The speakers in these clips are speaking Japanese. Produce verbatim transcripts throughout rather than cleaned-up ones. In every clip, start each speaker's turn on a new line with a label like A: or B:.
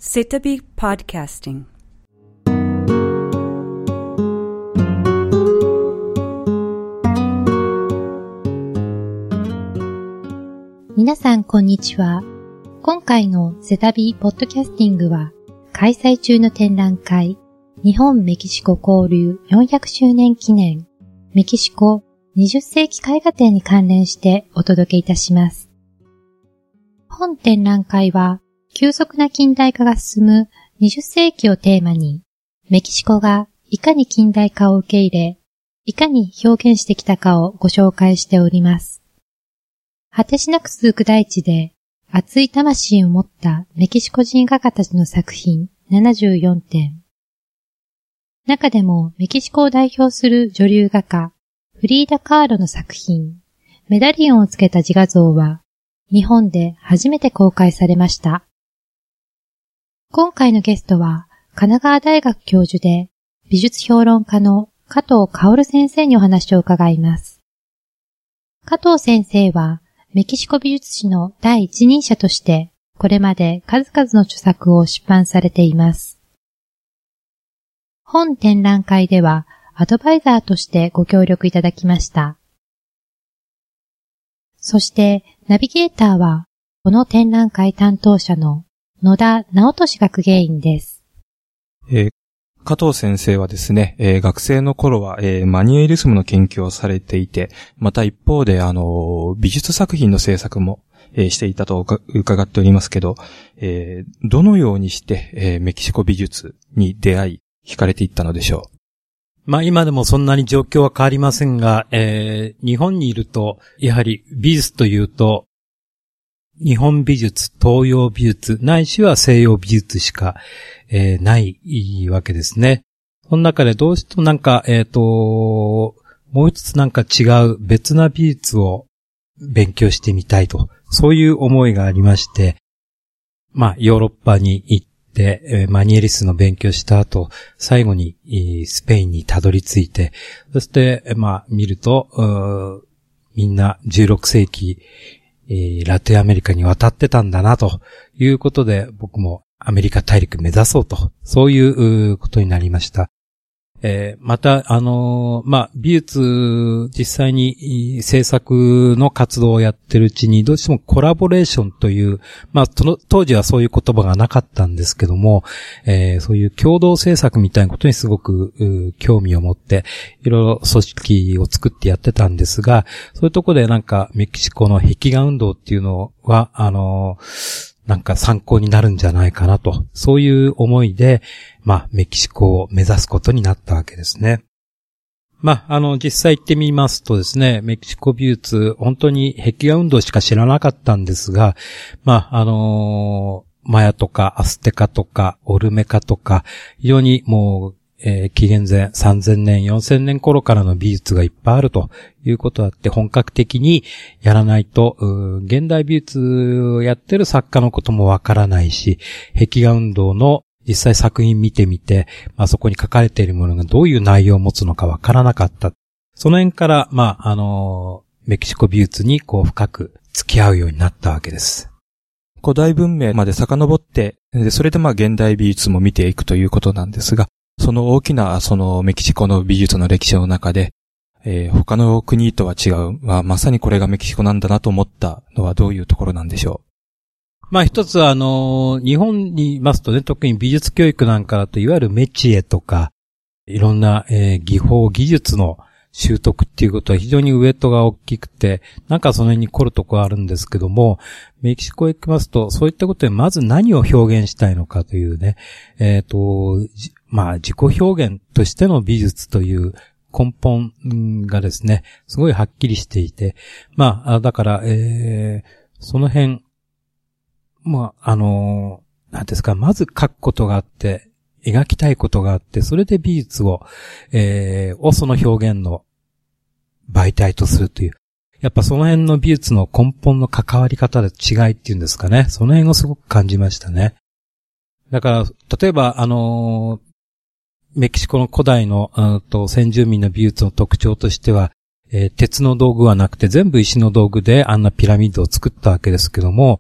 A: Sitabi Podcasting。
B: 皆さんこんにちは。今回のセタビーポッドキャスティングは開催中の展覧会日本メキシコ交流よんひゃくしゅうねん記念メキシコにじゅっせいき絵画展に関連してお届けいたします。本展覧会は急速な近代化が進むにじゅっせいきをテーマにメキシコがいかに近代化を受け入れ、いかに表現してきたかをご紹介しております。果てしなく続く大地で熱い魂を持ったメキシコ人画家たちの作品ななじゅうよんてん。中でもメキシコを代表する女流画家フリーダ・カーロの作品メダリオンをつけた自画像は日本で初めて公開されました。今回のゲストは神奈川大学教授で美術評論家の加藤薫先生にお話を伺います。加藤先生はメキシコ美術史の第一人者としてこれまで数々の著作を出版されています。本展覧会ではアドバイザーとしてご協力いただきました。そしてナビゲーターはこの展覧会担当者の野田直俊学芸員です。
C: えー、加藤先生はですね、えー、学生の頃は、えー、マニュエリスムの研究をされていて、また一方であの美術作品の制作も、えー、していたと伺っておりますけど、えー、どのようにして、えー、メキシコ美術に出会い惹かれていったのでしょう。
D: まあ今でもそんなに状況は変わりませんが、えー、日本にいるとやはり美術というと日本美術、東洋美術、ないしは西洋美術しか、えー、ないわけですね。その中でどうしてもなんか、えっと、もう一つなんか違う別な美術を勉強してみたいと、そういう思いがありまして、まあヨーロッパに行って、えー、マニエリスの勉強した後、最後に、えー、スペインにたどり着いて、そして、まあ見ると、みんなじゅうろくせいき、えー、ラテンアメリカに渡ってたんだなということで僕もアメリカ大陸目指そうとそういうことになりました。えー、またあのー、まあ美術実際に制作の活動をやってるうちにどうしてもコラボレーションというまあその当時はそういう言葉がなかったんですけども、えー、そういう共同制作みたいなことにすごく興味を持っていろいろ組織を作ってやってたんですが、そういうところでなんかメキシコの壁画運動っていうのはあのーなんか参考になるんじゃないかなと、そういう思いで、まあ、メキシコを目指すことになったわけですね。まあ、あの、実際行ってみますとですね、メキシコ美術、本当に壁画運動しか知らなかったんですが、まあ、あのー、マヤとかアステカとかオルメカとか、非常にもう、えー、紀元前さんぜんねん、よんせんねん頃からの美術がいっぱいあるということがあって本格的にやらないと、現代美術をやってる作家のこともわからないし、壁画運動の実際作品見てみて、まあ、そこに書かれているものがどういう内容を持つのかわからなかった。その辺から、まあ、あの、メキシコ美術にこう深く付き合うようになったわけです。
C: 古代文明まで遡って、それでまあ現代美術も見ていくということなんですが、その大きなそのメキシコの美術の歴史の中で、えー、他の国とは違う、まあ、まさにこれがメキシコなんだなと思ったのはどういうところなんでしょ
D: う。まあ一つはあの日本にいますとね、特に美術教育なんかだといわゆるメチエとかいろんな、えー、技法技術の習得っていうことは非常にウエイトが大きくて、なんかその辺に凝るところあるんですけども、メキシコへ行きますとそういったことでまず何を表現したいのかというね、えっとまあ自己表現としての美術という根本がですね、すごいはっきりしていて、まあだから、えー、その辺、まああの、なんですか、まず書くことがあって、描きたいことがあって、それで美術を、えー、をその表現の媒体とするという。やっぱその辺の美術の根本の関わり方で違いっていうんですかね。その辺をすごく感じましたね。だから、例えば、あのー、メキシコの古代の、うんと、先住民の美術の特徴としては、えー、鉄の道具はなくて全部石の道具であんなピラミッドを作ったわけですけども、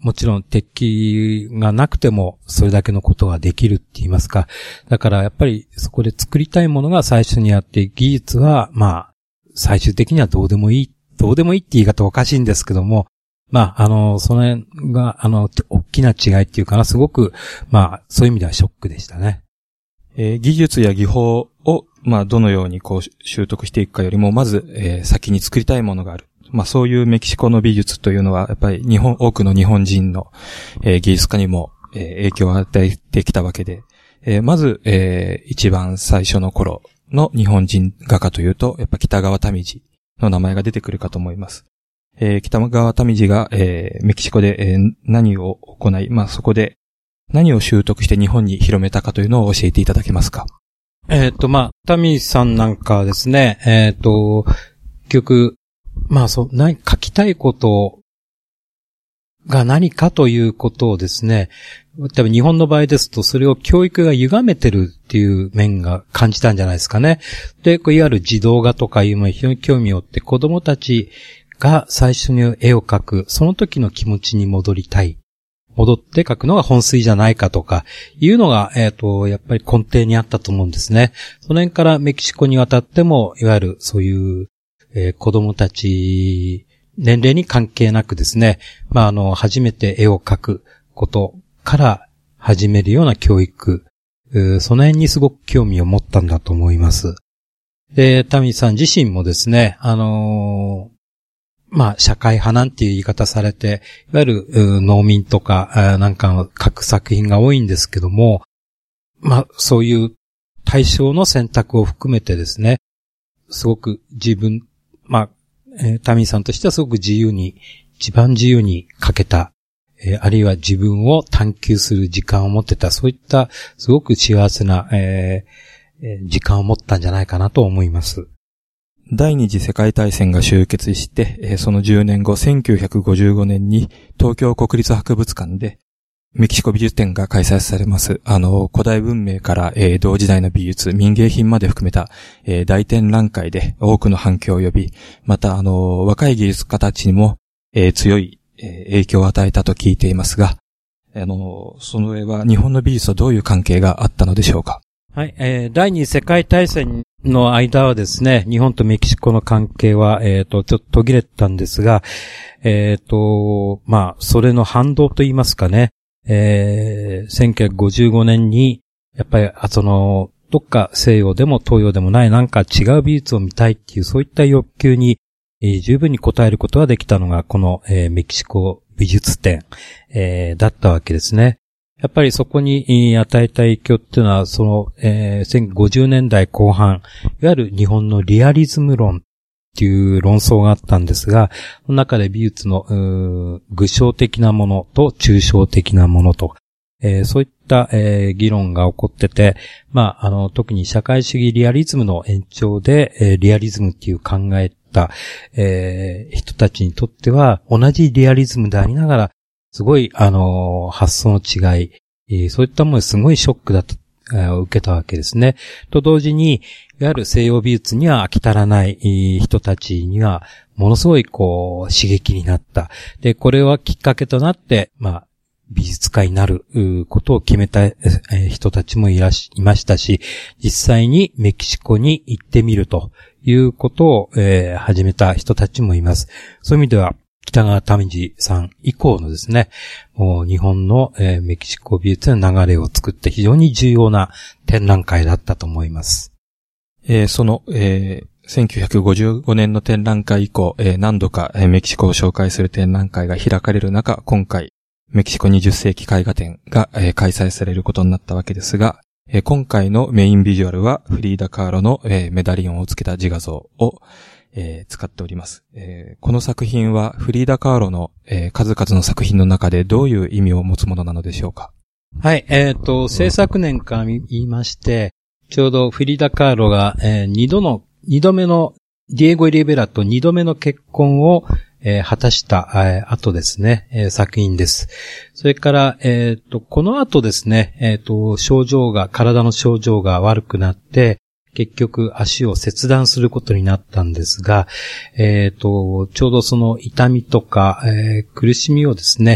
D: もちろん敵がなくてもそれだけのことができるって言いますか。だからやっぱりそこで作りたいものが最初にあって、技術はまあ最終的にはどうでもいい、どうでもいいって言い方おかしいんですけども、まああの、その辺があの、大きな違いっていうかな、すごくまあそういう意味ではショックでしたね。
C: えー、技術や技法をまあどのようにこう習得していくかよりも、まず、えー、先に作りたいものがある。まあそういうメキシコの美術というのはやっぱり日本、多くの日本人の、えー、芸術家にも、えー、影響を与えてきたわけで、えー、まず、えー、一番最初の頃の日本人画家というと、やっぱ北川民次の名前が出てくるかと思います。えー、北川民次が、えー、メキシコで、えー、何を行い、まあそこで何を習得して日本に広めたかというのを教えていただけますか。
D: えっと、まあ、民さんなんかはですね、えっと、結局、まあ、そう、何、書きたいことが何かということをですね、多分日本の場合ですと、それを教育が歪めてるっていう面が感じたんじゃないですかね。で、こういわゆる児童画とかいうのに非常に興味を持って、子供たちが最初に絵を描く、その時の気持ちに戻りたい。戻って描くのが本筋じゃないかとか、いうのが、えっと、やっぱり根底にあったと思うんですね。その辺からメキシコに渡っても、いわゆるそういう、えー、子供たち、年齢に関係なくですね、まあ、あの、初めて絵を描くことから始めるような教育、その辺にすごく興味を持ったんだと思います。で、タミさん自身もですね、あのー、まあ、社会派なんていう言い方されて、いわゆる農民とかなんかの書く作品が多いんですけども、まあ、そういう対象の選択を含めてですね、すごく自分、まあ、えー、タミさんとしてはすごく自由に、一番自由に書けた、えー、あるいは自分を探求する時間を持ってた、そういったすごく幸せな、えー、時間を持ったんじゃないかなと思います。
C: 第二次世界大戦が終結して、そのじゅうねんご、せんきゅうひゃくごじゅうごねんに東京国立博物館でメキシコ美術展が開催されます。あの、古代文明から、えー、同時代の美術、民芸品まで含めた、えー、大展覧会で多くの反響を呼び、また、あの、若い技術家たちにも、えー、強い、えー、影響を与えたと聞いていますが、あの、その上は日本の美術とどういう関係があったのでしょうか。
D: はい、えー、第二次世界大戦の間はですね、日本とメキシコの関係は、えっと、ちょっと途切れたんですが、えっと、まあ、それの反動と言いますかね、えー、せんきゅうひゃくごじゅうごねんに、やっぱり、その、どっか西洋でも東洋でもないなんか違う美術を見たいっていう、そういった欲求に、えー、十分に応えることができたのが、この、えー、メキシコ美術展、えー、だったわけですね。やっぱりそこに与えた影響っていうのは、その、えー、せんきゅうひゃくごじゅうねんだいこう半、いわゆる日本のリアリズム論っていう論争があったんですが、その中で美術の具象的なものと抽象的なものと、えー、そういった、えー、議論が起こってて、まあ、あの、特に社会主義リアリズムの延長で、えー、リアリズムっていう考えた、えー、人たちにとっては、同じリアリズムでありながら、すごい、あの、発想の違い、えー、そういったものですごいショックだと、えー、受けたわけですね。と同時に、いわゆる西洋美術には飽き足らない人たちには、ものすごい、こう、刺激になった。で、これはきっかけとなって、まあ、美術家になることを決めた人たちもいらし、いましたし、実際にメキシコに行ってみるということを、えー、始めた人たちもいます。そういう意味では、北川民次さん以降のですね、もう日本の、えー、メキシコ美術の流れを作って非常に重要な展覧会だったと思います。
C: えー、その、えー、せんきゅうひゃくごじゅうごねんの展覧会以降、えー、何度か、えー、メキシコを紹介する展覧会が開かれる中、今回、メキシコにじゅっ世紀絵画展が、えー、開催されることになったわけですが、えー、今回のメインビジュアルはフリーダ・カーロの、えー、メダリオンをつけた自画像を、えー、使っております、えー。この作品はフリーダ・カーロの、えー、数々の作品の中でどういう意味を持つものなのでしょうか。
D: はい、えっと、制作年から言いまして、ちょうどフリーダ・カーロが、えー、二度の、二度目のディエゴ・イリベラと二度目の結婚を、えー、果たした、えー、後ですね、えー、作品です。それから、えっと、この後ですね、えっと、症状が、体の症状が悪くなって、結局足を切断することになったんですが、えっと、ちょうどその痛みとか、えー、苦しみをですね、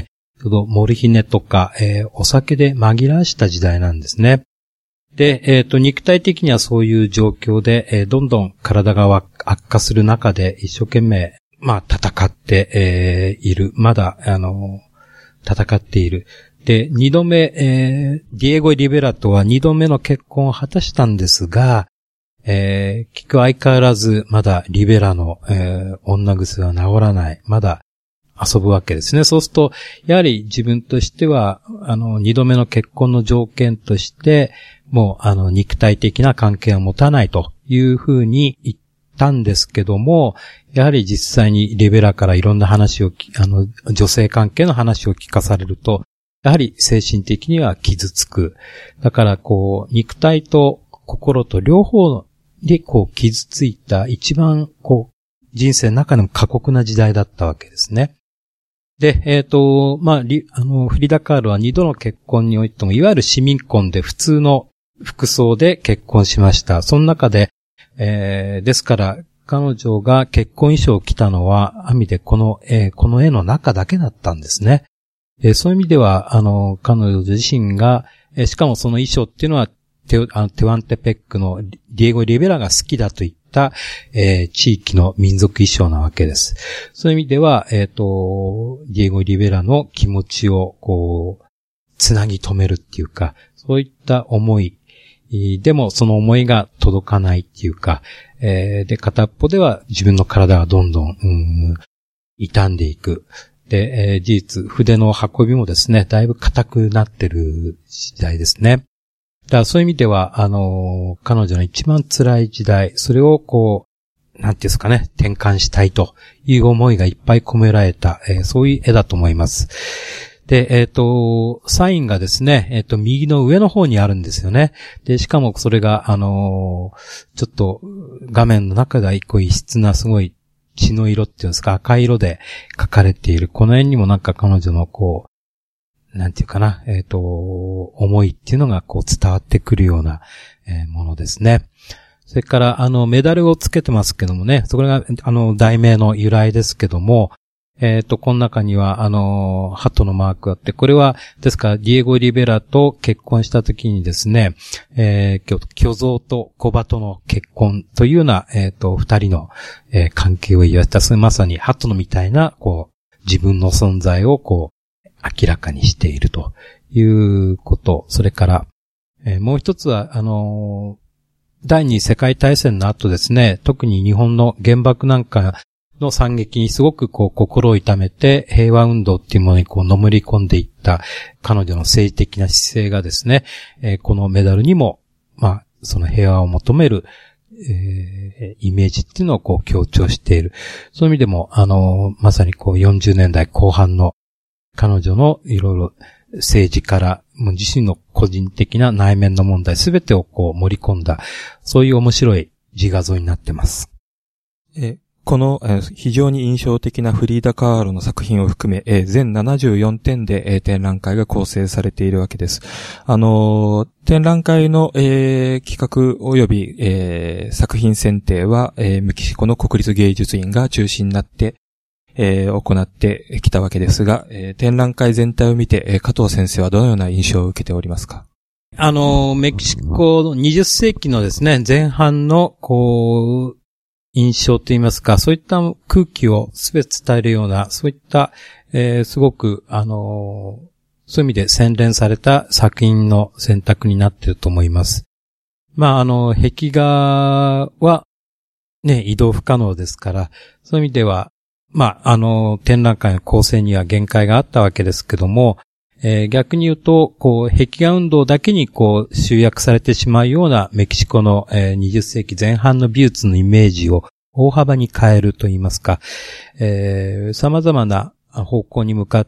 D: ほどモルヒネとか、えー、お酒で紛らわした時代なんですね。で、えっと、肉体的にはそういう状況で、えー、どんどん体が悪化する中で一生懸命、まあ、戦って、えー、いる。まだ、あの、戦っている。で、二度目、えー、ディエゴ・リベラとは二度目の結婚を果たしたんですが、えー、結局相変わらず、まだリベラの、えー、女癖は治らない。まだ遊ぶわけですね。そうすると、やはり自分としては、あの、二度目の結婚の条件として、もう、あの、肉体的な関係を持たないというふうに言ったんですけども、やはり実際にリベラからいろんな話を、あの、女性関係の話を聞かされると、やはり精神的には傷つく。だから、こう、肉体と心と両方で、こう、傷ついた一番、こう、人生の中でも過酷な時代だったわけですね。で、えっと、まあ、あの、フリーダ・カールは二度の結婚においても、いわゆる市民婚で普通の服装で結婚しました。その中で、えー、ですから、彼女が結婚衣装を着たのは、網でこの、えー、この絵の中だけだったんですね。えー、そういう意味では、あの、彼女自身が、えー、しかもその衣装っていうのは、テ, あのテワンテペックのディエゴ・リベラが好きだといった、えー、地域の民族衣装なわけです。そういう意味では、えっと、ディエゴ・リベラの気持ちを、こう、つなぎ止めるっていうか、そういった思い、でもその思いが届かないっていうか、えー、で、片っぽでは自分の体がどんどん、うん、傷んでいく。で、えー、事実、筆の運びもですね、だいぶ硬くなってる時代ですね。だからそういう意味では、あのー、彼女の一番辛い時代、それをこう、なんていうんですかね、転換したいという思いがいっぱい込められた、えー、そういう絵だと思います。で、えっと、サインがですね、えっと、右の上の方にあるんですよね。で、しかもそれが、あのー、ちょっと画面の中では一個異質なすごい血の色っていうんですか、赤い色で描かれている。この辺にもなんか彼女のこう、なんていうかな、えっと、思いっていうのがこう伝わってくるような、えー、ものですね。それから、あの、メダルをつけてますけどもね、それが、あの、題名の由来ですけども、えっと、この中には、あの、鳩のマークがあって、これは、ですから、ディエゴ・リベラと結婚したときにですね、えー、巨像と小鳩の結婚というような、えっと、二人の、えー、関係を言われた、それまさに鳩のみたいな、こう、自分の存在を、こう、明らかにしているということ。それから、えー、もう一つは、あの、第二次世界大戦の後ですね、特に日本の原爆なんか、の惨劇にすごくこう心を痛めて平和運動っていうものにこうのめり込んでいった彼女の政治的な姿勢がですね、えー、このメダルにも、まあ、その平和を求める、えー、イメージっていうのをこう強調している。そういう意味でも、あのー、まさにこうよんじゅうねんだいこう半の彼女のいろいろ政治からもう自身の個人的な内面の問題すべてをこう盛り込んだ、そういう面白い自画像になってます。
C: えこの非常に印象的なフリーダ・カーロの作品を含め、全ななじゅうよんてんで展覧会が構成されているわけです。あの、展覧会の企画及び作品選定はメキシコの国立芸術院が中心になって行ってきたわけですが、展覧会全体を見て加藤先生はどのような印象を受けておりますか？
D: あの、メキシコのにじゅっせいきのですね、前半のこう、印象といいますか、そういった空気をすべて伝えるような、そういった、えー、すごく、あのー、そういう意味で洗練された作品の選択になっていると思います。まあ、あの、壁画は、ね、移動不可能ですから、そういう意味では、まあ、あの、展覧会の構成には限界があったわけですけども、えー、逆に言うと、こう、壁画運動だけにこう、集約されてしまうようなメキシコの、えー、にじゅっせいきぜん半の美術のイメージを大幅に変えると言いますか、えー、様々な方向に向かって、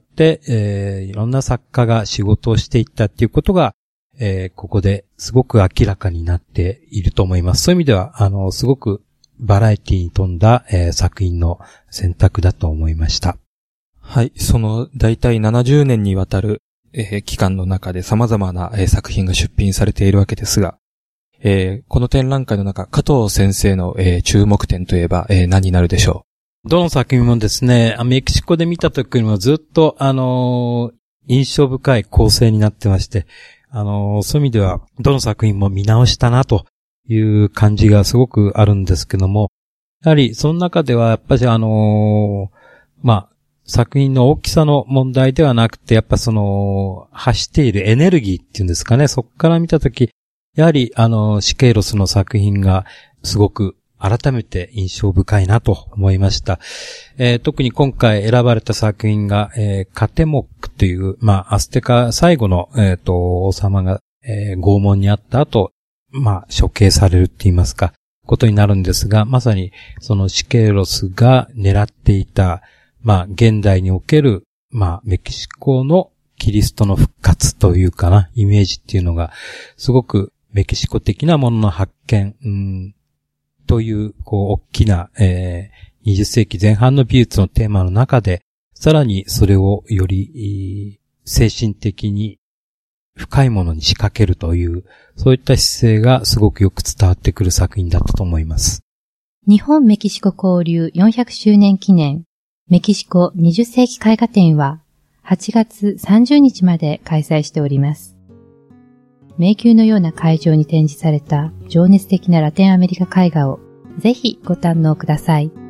D: えー、いろんな作家が仕事をしていったっていうことが、えー、ここですごく明らかになっていると思います。そういう意味では、あの、すごくバラエティに富んだ、えー、作品の選択だと思いました。
C: はい。その、だいたいななじゅうねんにわたる、えー、期間の中で様々な、えー、作品が出品されているわけですが、えー、この展覧会の中、加藤先生の、えー、注目点といえば、えー、何になるでしょ
D: う？どの作品もですね、メキシコで見た時にもずっと、あの印象深い構成になってまして、あの、そういう意味では、どの作品も見直したなという感じがすごくあるんですけども、やはりその中ではやっぱりあの、まあ、作品の大きさの問題ではなくて、やっぱその、発しているエネルギーっていうんですかね、そこから見たとき、やはりあの、シケイロスの作品がすごく改めて印象深いなと思いました。えー、特に今回選ばれた作品が、えー、カテモックという、まあ、アステカ最後の、えっと、王様が、えー、拷問にあった後、まあ、処刑されるって言いますか、ことになるんですが、まさにそのシケイロスが狙っていた、まあ、現代における、まあ、メキシコのキリストの復活というかな、イメージっていうのが、すごくメキシコ的なものの発見、うん、という、こう、大きな、えー、にじゅっ世紀前半の美術のテーマの中で、さらにそれをより、精神的に深いものに仕掛けるという、そういった姿勢がすごくよく伝わってくる作品だったと思います。
B: 日本メキシコ交流よんひゃくしゅうねん記念メキシコにじゅっ世紀絵画展ははちがつさんじゅうにちまで開催しております。迷宮のような会場に展示された情熱的なラテンアメリカ絵画をぜひご堪能ください。